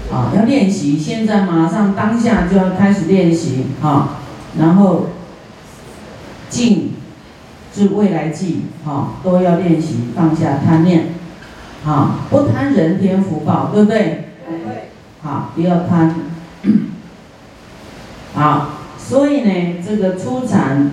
啊，要练习，现在马上当下就要开始练习啊，然后静是未来际啊，都要练习放下贪念啊，不贪人天福报，对不对？好，不要贪。好，所以呢，这个初禅，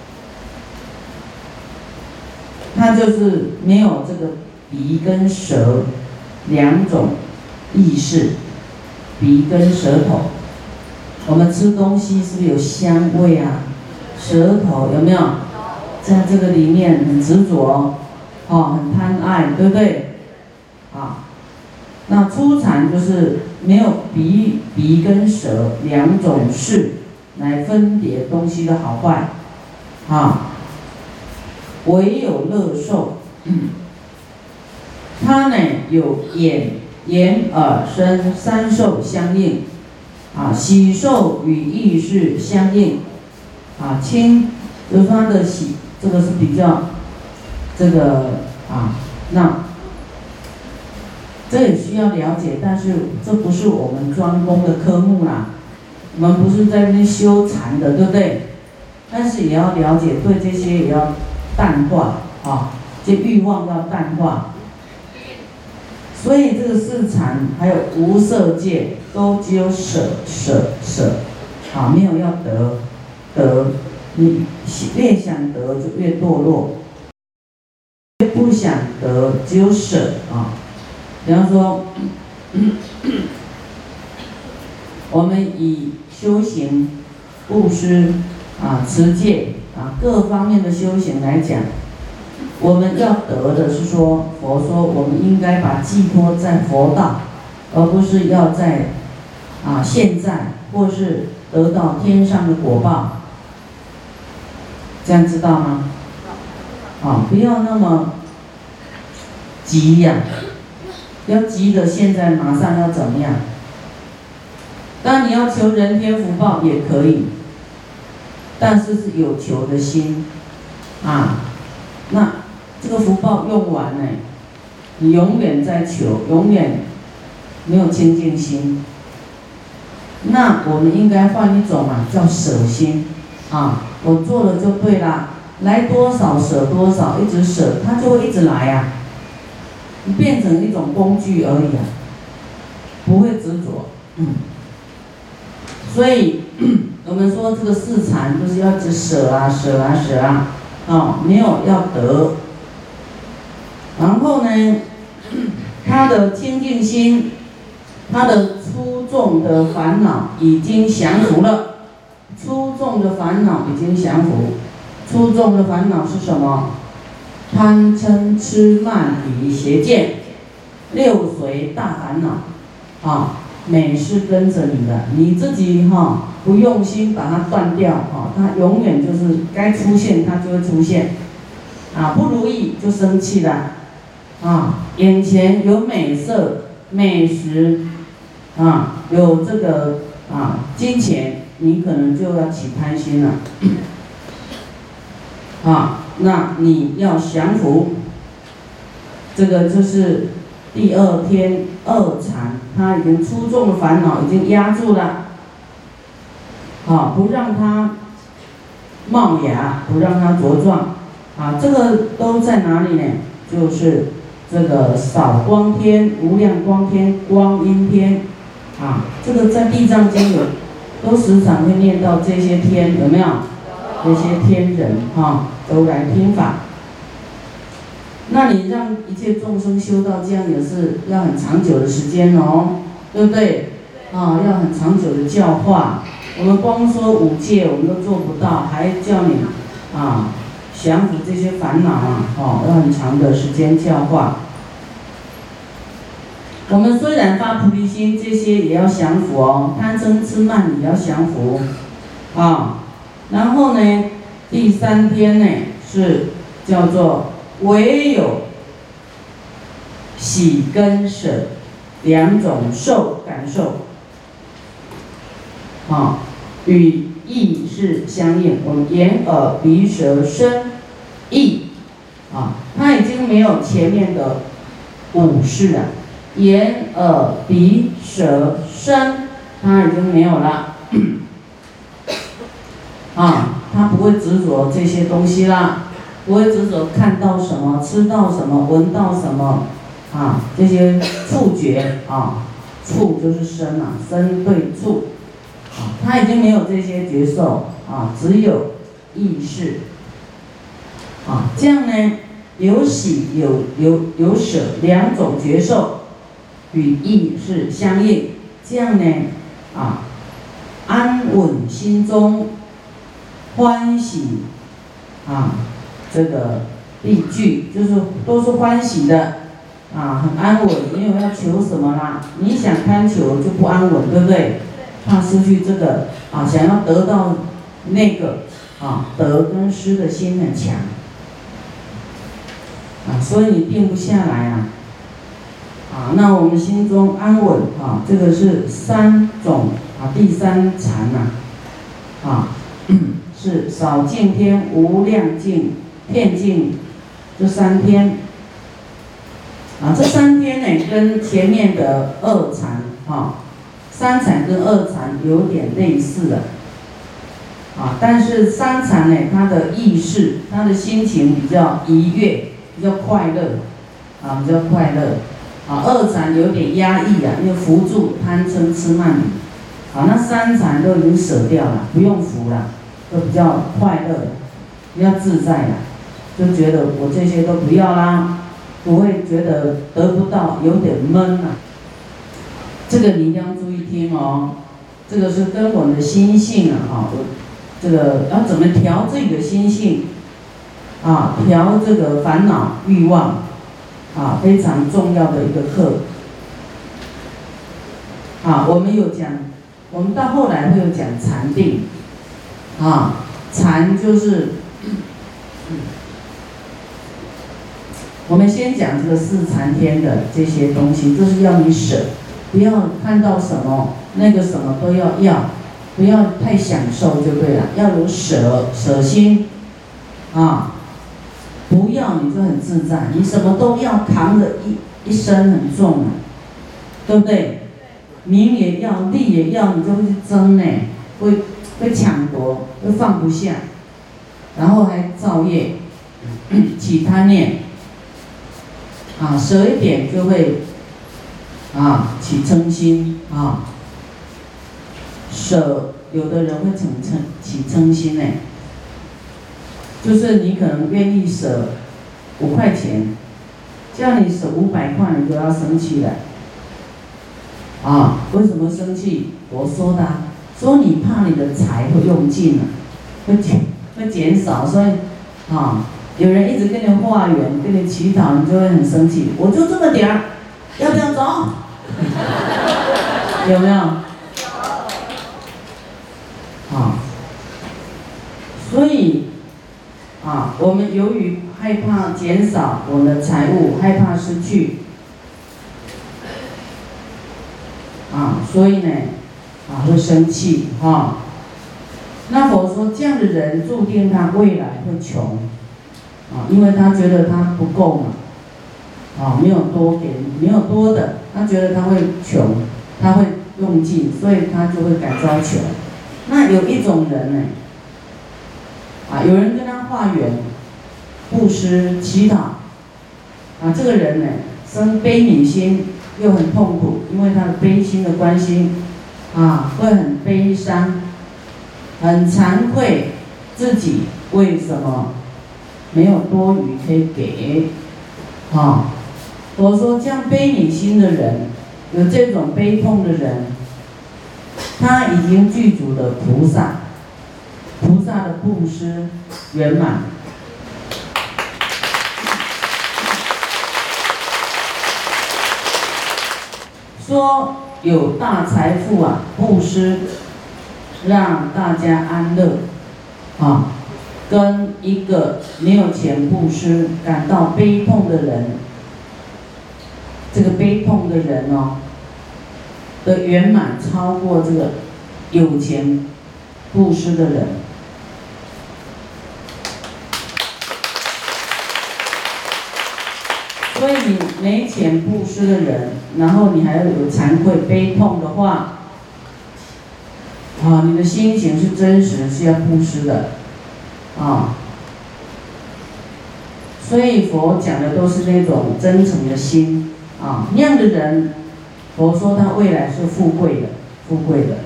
它就是没有这个鼻跟舌两种意识，鼻跟舌头。我们吃东西是不是有香味啊？舌头有没有？在这个里面很执着，哦，很贪爱，对不对？啊，那初禅就是没有鼻跟舌两种识来分别东西的好坏，啊，唯有乐受，它呢有眼耳身三受相应，啊，喜受与意识相应，啊，就是它的喜，这个是比较这个啊，那这也需要了解，但是这不是我们专攻的科目啦，我们不是在那边修禅的，对不对？但是也要了解，对这些也要淡化啊，这欲望要淡化。所以这个四禅还有无色界都只有舍，啊，没有要得，你越想得就越堕落，越不想得只有舍啊。比方说，我们以修行、布施啊、持戒啊各方面的修行来讲，我们要得的是说，佛说我们应该把寄托在佛道，而不是要在现在或是得到天上的果报。这样知道吗？啊，不要那么急呀，不要急着现在马上要怎么样。当然你要求人天福报也可以，但是是有求的心啊。那这个福报用完了，你永远在求，永远没有清净心。那我们应该换一种叫舍心啊，我做了就对啦，来多少舍多少，一直舍，它就会一直来啊。你变成一种工具而已啊，不会执着。所以我们说这个四禅就是要只舍啊，没有要得。然后呢，他的清净心，他的粗重的烦恼已经降伏了。粗重的烦恼已经降伏。粗重的烦恼是什么？贪嗔痴慢疑邪见，六随大烦恼啊，美是跟着你的，你自己不用心把它断掉它永远就是该出现它就会出现不如意就生气了眼前有美色美食有这个金钱，你可能就要起贪心了那你要降伏，这个就是第二天二禅，它已经粗重的烦恼已经压住了，不让它冒芽，不让它茁壮这个都在哪里呢？就是这个少光天、无量光天、光阴天这个在地藏经有，都时常会念到这些天，有没有？这些天人都来听法。那你让一切众生修到这样也是要很长久的时间对不对？要很长久的教化。我们光说五戒我们都做不到，还叫你降服这些烦恼要很长的时间教化。我们虽然发菩提心，这些也要降服贪嗔痴慢也要降服然后呢，第三天呢是叫做唯有喜跟舍两种受感受与意识相应。我们眼耳鼻舌身意它已经没有前面的五识了眼、耳、鼻、舌、身，他已经没有了。他不会执着这些东西啦，不会执着看到什么、吃到什么、闻到什么，这些触觉触就是身身对触，他已经没有这些觉受只有意识，这样呢，有喜有舍两种觉受与意识相应，这样呢安稳心中，欢喜这个必具，就是都是欢喜的很安稳，没有要求什么啦。你想贪求就不安稳，对不对？怕失去这个想要得到那个得跟失的心很强所以你定不下来那我们心中安稳这个是三种第三禅是少净天、无量净、遍净，这三天这三天呢跟前面的二禅三禅跟二禅有点类似的但是三禅呢，他的意识、他的心情比较愉悦，比较快乐比较快乐二禅有点压抑因为扶住贪嗔痴慢疑那三禅都已经舍掉了，不用扶了，都比较快乐，比较自在了，就觉得我这些都不要啦，不会觉得得不到有点闷这个你一定要注意听这个是跟我们的心性这个要怎么调这个心性调这个烦恼欲望非常重要的一个课我们有讲，我们到后来会有讲禅定禅就是我们先讲这个四禅天的这些东西，就是要你舍，不要看到什么那个什么都要，不要太享受就对了，要有舍心不要你就很自在，你什么都要扛着一身很重对不对？名也要，利也要，你就会去争会抢夺，会放不下，然后还造业，起贪念舍一点就会起嗔心舍，有的人会起嗔心就是你可能愿意舍5块钱，叫你舍500块，你就要生气了为什么生气？我说的说你怕你的财会用尽了，会减少，所以有人一直跟你化缘，跟你乞讨，你就会很生气。我就这么点儿，要不要走？有没有？所以我们由于害怕减少我们的财物，害怕失去所以呢会生气那佛说这样的人注定他未来会穷因为他觉得他不够嘛没有多给，没有多的，他觉得他会穷，他会用尽，所以他就会感遭穷。那有一种人呢有人跟他化缘，布施乞讨这个人呢生悲悯心，又很痛苦，因为他的悲心的关系会很悲伤，很惭愧自己为什么没有多余可以给我说这样悲悯心的人，有这种悲痛的人，他已经具足了菩萨的布施圆满。说有大财富布施让大家安乐跟一个没有钱布施感到悲痛的人，这个悲痛的人的圆满超过这个有钱布施的人。 所以你没钱布施的人，然后你还有惭愧悲痛的话，你的心情是真实，是要布施的，所以佛讲的都是那种真诚的心，那样的人，佛说他未来是富贵的，富贵的，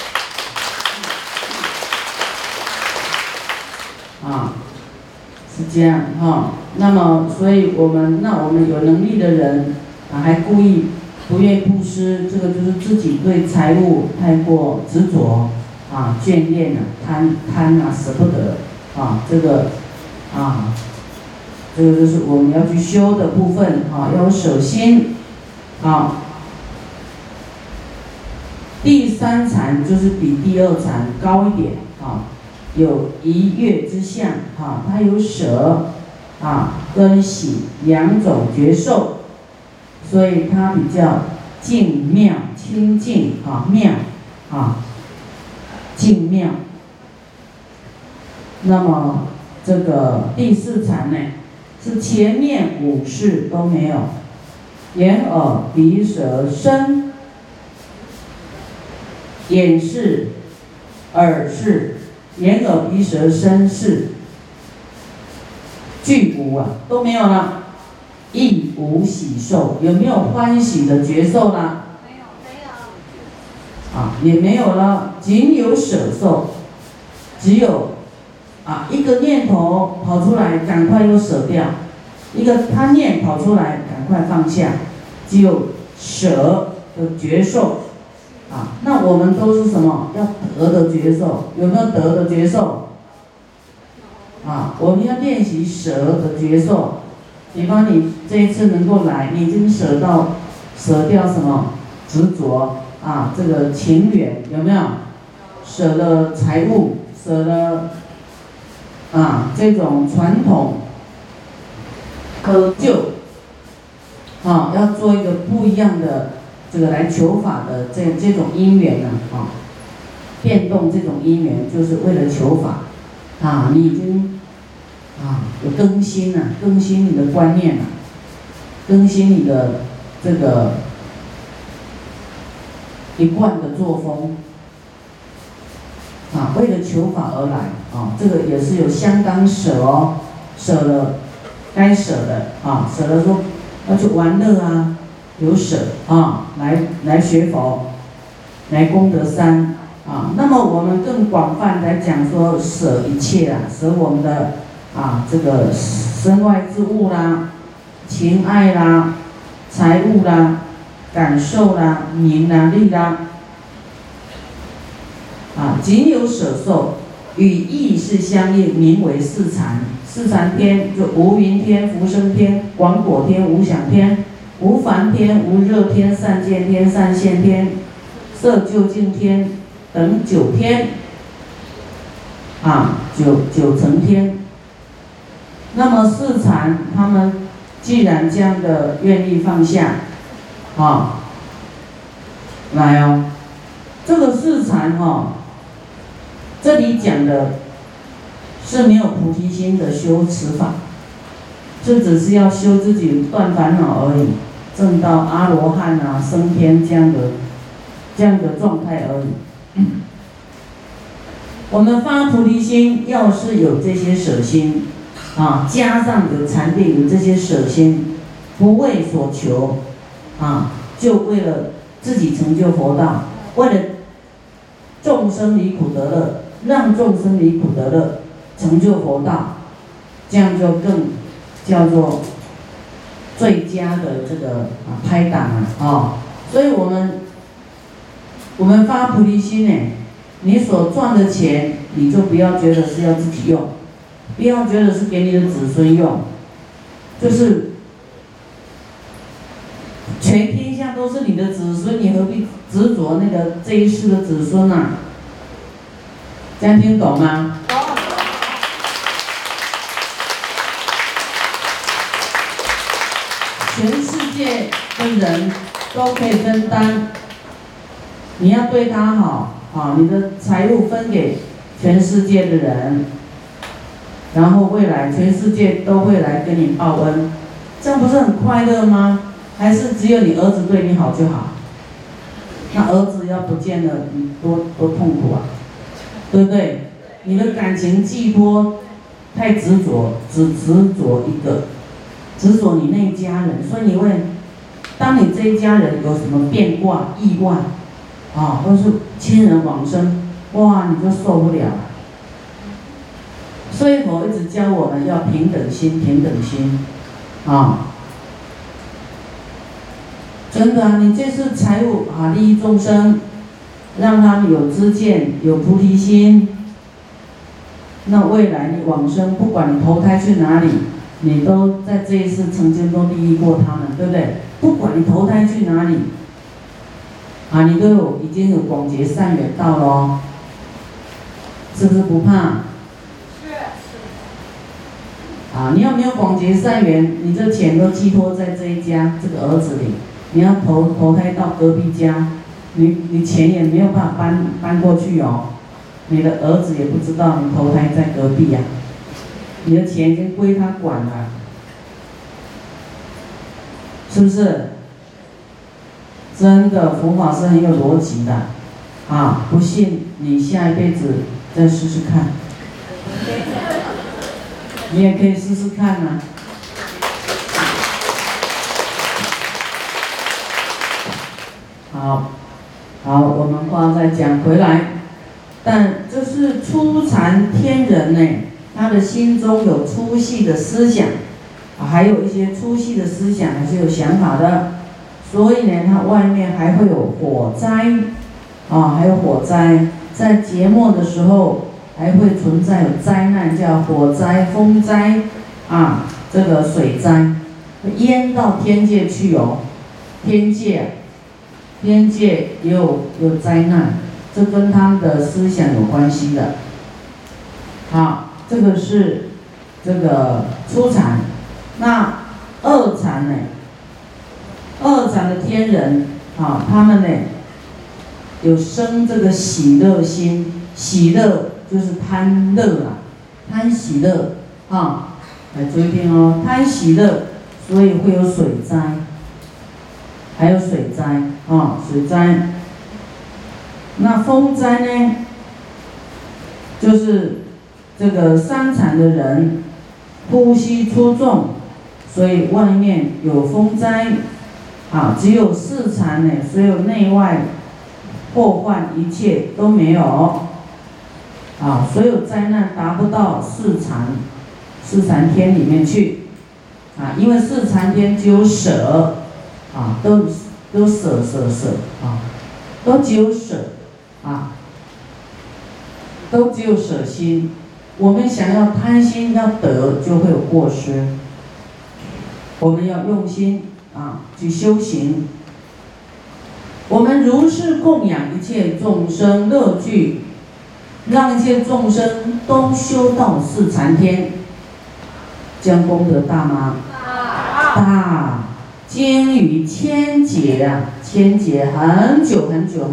是这样那么，所以我们有能力的人还故意不愿意布施，这个就是自己对财物太过执着眷恋贪舍不得这个这个就是我们要去修的部分要有舍心第三禅就是比第二禅高一点有一跃之相它有舍跟喜两种觉受，所以它比较净妙清净妙净妙。那么这个第四禅呢，是前面五识都没有，眼耳鼻舌身，眼识、耳识、眼耳鼻舌身识，俱无都没有了。亦无喜受，有没有欢喜的觉受呢？也没有了，仅有舍受，只有一个念头跑出来，赶快又舍掉；一个贪念跑出来，赶快放下，只有舍的觉受那我们都是什么？要得的觉受，有没有得的觉受？我们要练习舍的觉受。比方你这一次能够来，你已经舍掉什么执着这个情缘有没有？舍了财物，舍了这种传统窠臼要做一个不一样的这个来求法的这种因缘变动这种因缘，就是为了求法你已经有更新更新你的观念更新你的这个一贯的作风为了求法而来这个也是有相当舍舍了该舍的舍了说要去玩乐有舍来学佛，来功德山那么我们更广泛来讲说舍一切舍我们的这个身外之物啦、情爱啦、财物啦、感受啦、名利啦，仅有舍受，与意识相应，名为四禅。四禅天就无云天、福生天、广果天、无想天、无烦天、无热天、善见天、善现天、色究竟天等九天九层天。那么四禅他们既然这样的愿意放下来这个四禅这里讲的是没有菩提心的修持法，这只是要修自己断烦恼而已，证到阿罗汉升天这样的状态而已。我们发菩提心，要是有这些舍心加上有禅定，有这些舍心，不为所求就为了自己成就佛道，为了众生离苦得乐，让众生离苦得乐，成就佛道，这样就更叫做最佳的这个拍档所以我们发菩提心你所赚的钱，你就不要觉得是要自己用，不要觉得是给你的子孙用，就是全天下都是你的子孙，你何必执着那个这一世的子孙这样听懂吗？全世界的人都可以分担，你要对他好你的财物分给全世界的人，然后未来全世界都会来跟你报恩， 这样不是很快乐吗？还是只有你儿子对你好就好？那儿子要不见了，你多痛苦啊，对不对？你的感情寄托太执着，只执着一个，执着你那一家人，所以你会，当你这一家人有什么变卦、意外，啊，或是亲人往生，哇，你就受不了了。所以佛一直教我们要平等心，平等心，啊，真的啊，你这是财物啊，利益众生，让他们有知见，有菩提心。那未来你往生，不管你投胎去哪里，你都在这一世曾经都利益过他们，对不对？不管你投胎去哪里，啊，你都已经有广结善缘到了哦，是不是不怕？啊，你有没有广结善缘？你这钱都寄托在这一家这个儿子里，你要投胎到隔壁家，你钱也没有办法搬过去哦，你的儿子也不知道你投胎在隔壁呀，你的钱已经归他管了，是不是？真的，佛法是很有逻辑的，啊，不信你下一辈子再试试看。你也可以试试看啊。好，我们话再讲回来，但这是初禅天人呢，他的心中有粗细的思想，还有一些粗细的思想还是有想法的，所以呢，他外面还会有火灾，啊，还有火灾，在节末的时候。还会存在有灾难，叫火灾、风灾，啊，这个水灾，淹到天界去哦。天界也有灾难，这跟他们的思想有关系的。好，这个是这个初禅。那二禅呢？二禅的天人啊，他们呢有生这个喜乐心，喜乐。就是贪乐啊，贪喜乐啊，来注意听哦，贪喜乐，所以会有水灾，还有水灾啊，水灾。那风灾呢，就是这个三禅的人呼吸粗重，所以外面有风灾啊，只有四禅呢，所有内外祸患一切都没有。啊，所有灾难达不到四禅天里面去，啊，因为四禅天只有舍，啊，都舍啊，都只有舍，啊，都只有舍心。我们想要贪心要得，就会有过失。我们要用心啊去修行。我们如是供养一切众生乐具。让一切众生都修到四禅天，这样功德大吗？大，经于千劫啊，千劫很久，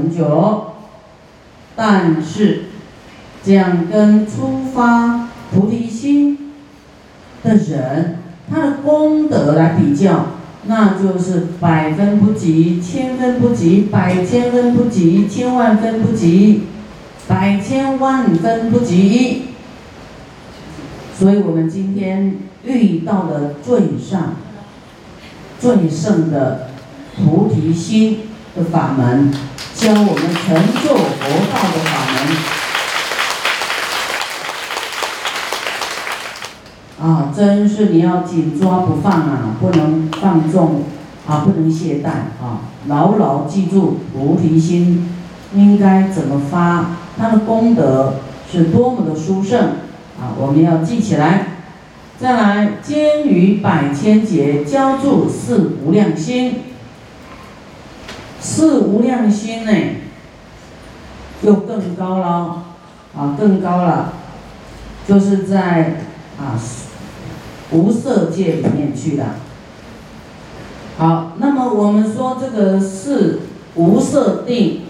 但是这样跟初发菩提心的人，他的功德来比较，那就是百分不及，千分不及，百千分不及，千万分不及。百千万分不及一，所以我们今天遇到了最上、最胜的菩提心的法门，教我们成就佛道的法门。啊，真是你要紧抓不放啊，不能放纵啊，不能懈怠啊，牢牢记住菩提心应该怎么发。它的功德是多么的殊胜啊！我们要记起来。再来，经于百千劫，教住四无量心。四无量心呢，又更高了啊，更高了，就是在无色界里面去的。好，那么我们说这个是无色定。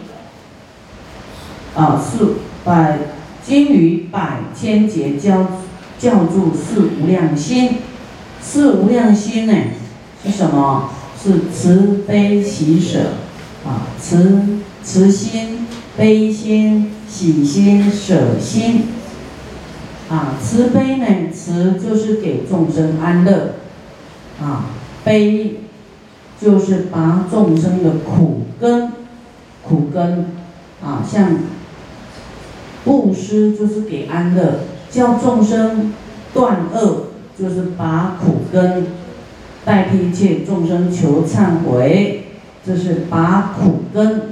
经于百千劫教住四无量心，四无量心呢， 是什么？是慈悲喜舍啊，慈心、悲心、喜心、舍心啊。慈悲呢，慈就是给众生安乐啊，悲就是拔众生的苦根啊，像布施就是给安乐，叫众生断恶就是拔苦根，代替一切众生求忏悔，这是拔苦根。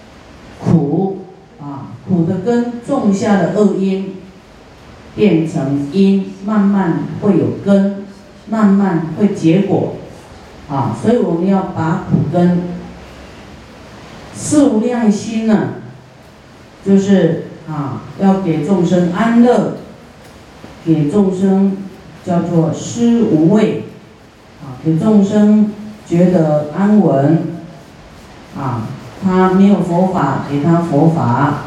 苦的根种下的恶因，变成因，慢慢会有根，慢慢会结果啊，所以我们要拔苦根。四无量心呢，就是要给众生安乐，给众生叫做施无畏给众生觉得安稳他没有佛法，给他佛法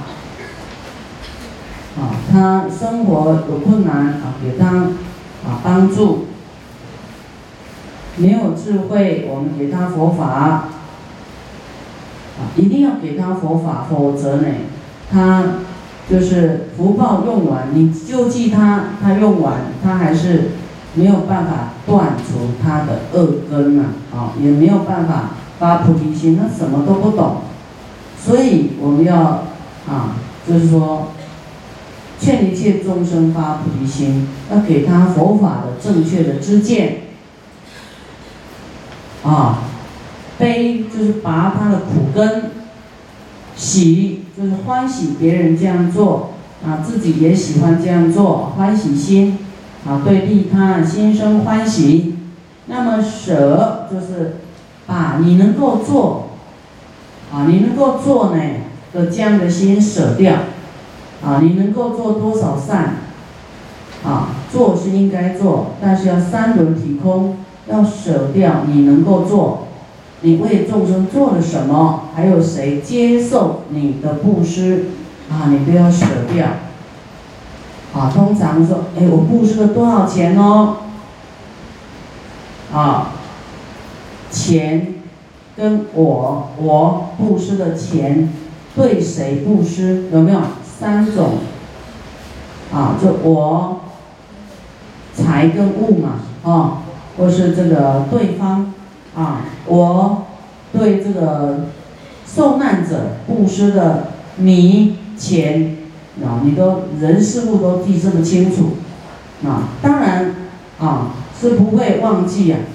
他生活有困难给他帮助，没有智慧，我们给他佛法一定要给他佛法，否则呢，他就是福报用完，你救济他，他用完，他还是没有办法断除他的恶根也没有办法发菩提心，他什么都不懂，所以我们要就是说，劝一切众生发菩提心，要给他佛法的正确的知见悲就是拔他的苦根，喜就是欢喜别人这样做自己也喜欢这样做，欢喜心对利他心生欢喜。那么舍就是把你能够做你能够做呢的这样的心舍掉你能够做多少善做是应该做，但是要三轮体空，要舍掉你能够做，你为众生做了什么，还有谁接受你的布施你都要舍掉通常说我布施了多少钱哦钱跟我布施的钱对谁布施，有没有三种就我财跟物嘛或是这个对方我对这个受难者布施的你钱你都人事物都记这么清楚当然是不会忘记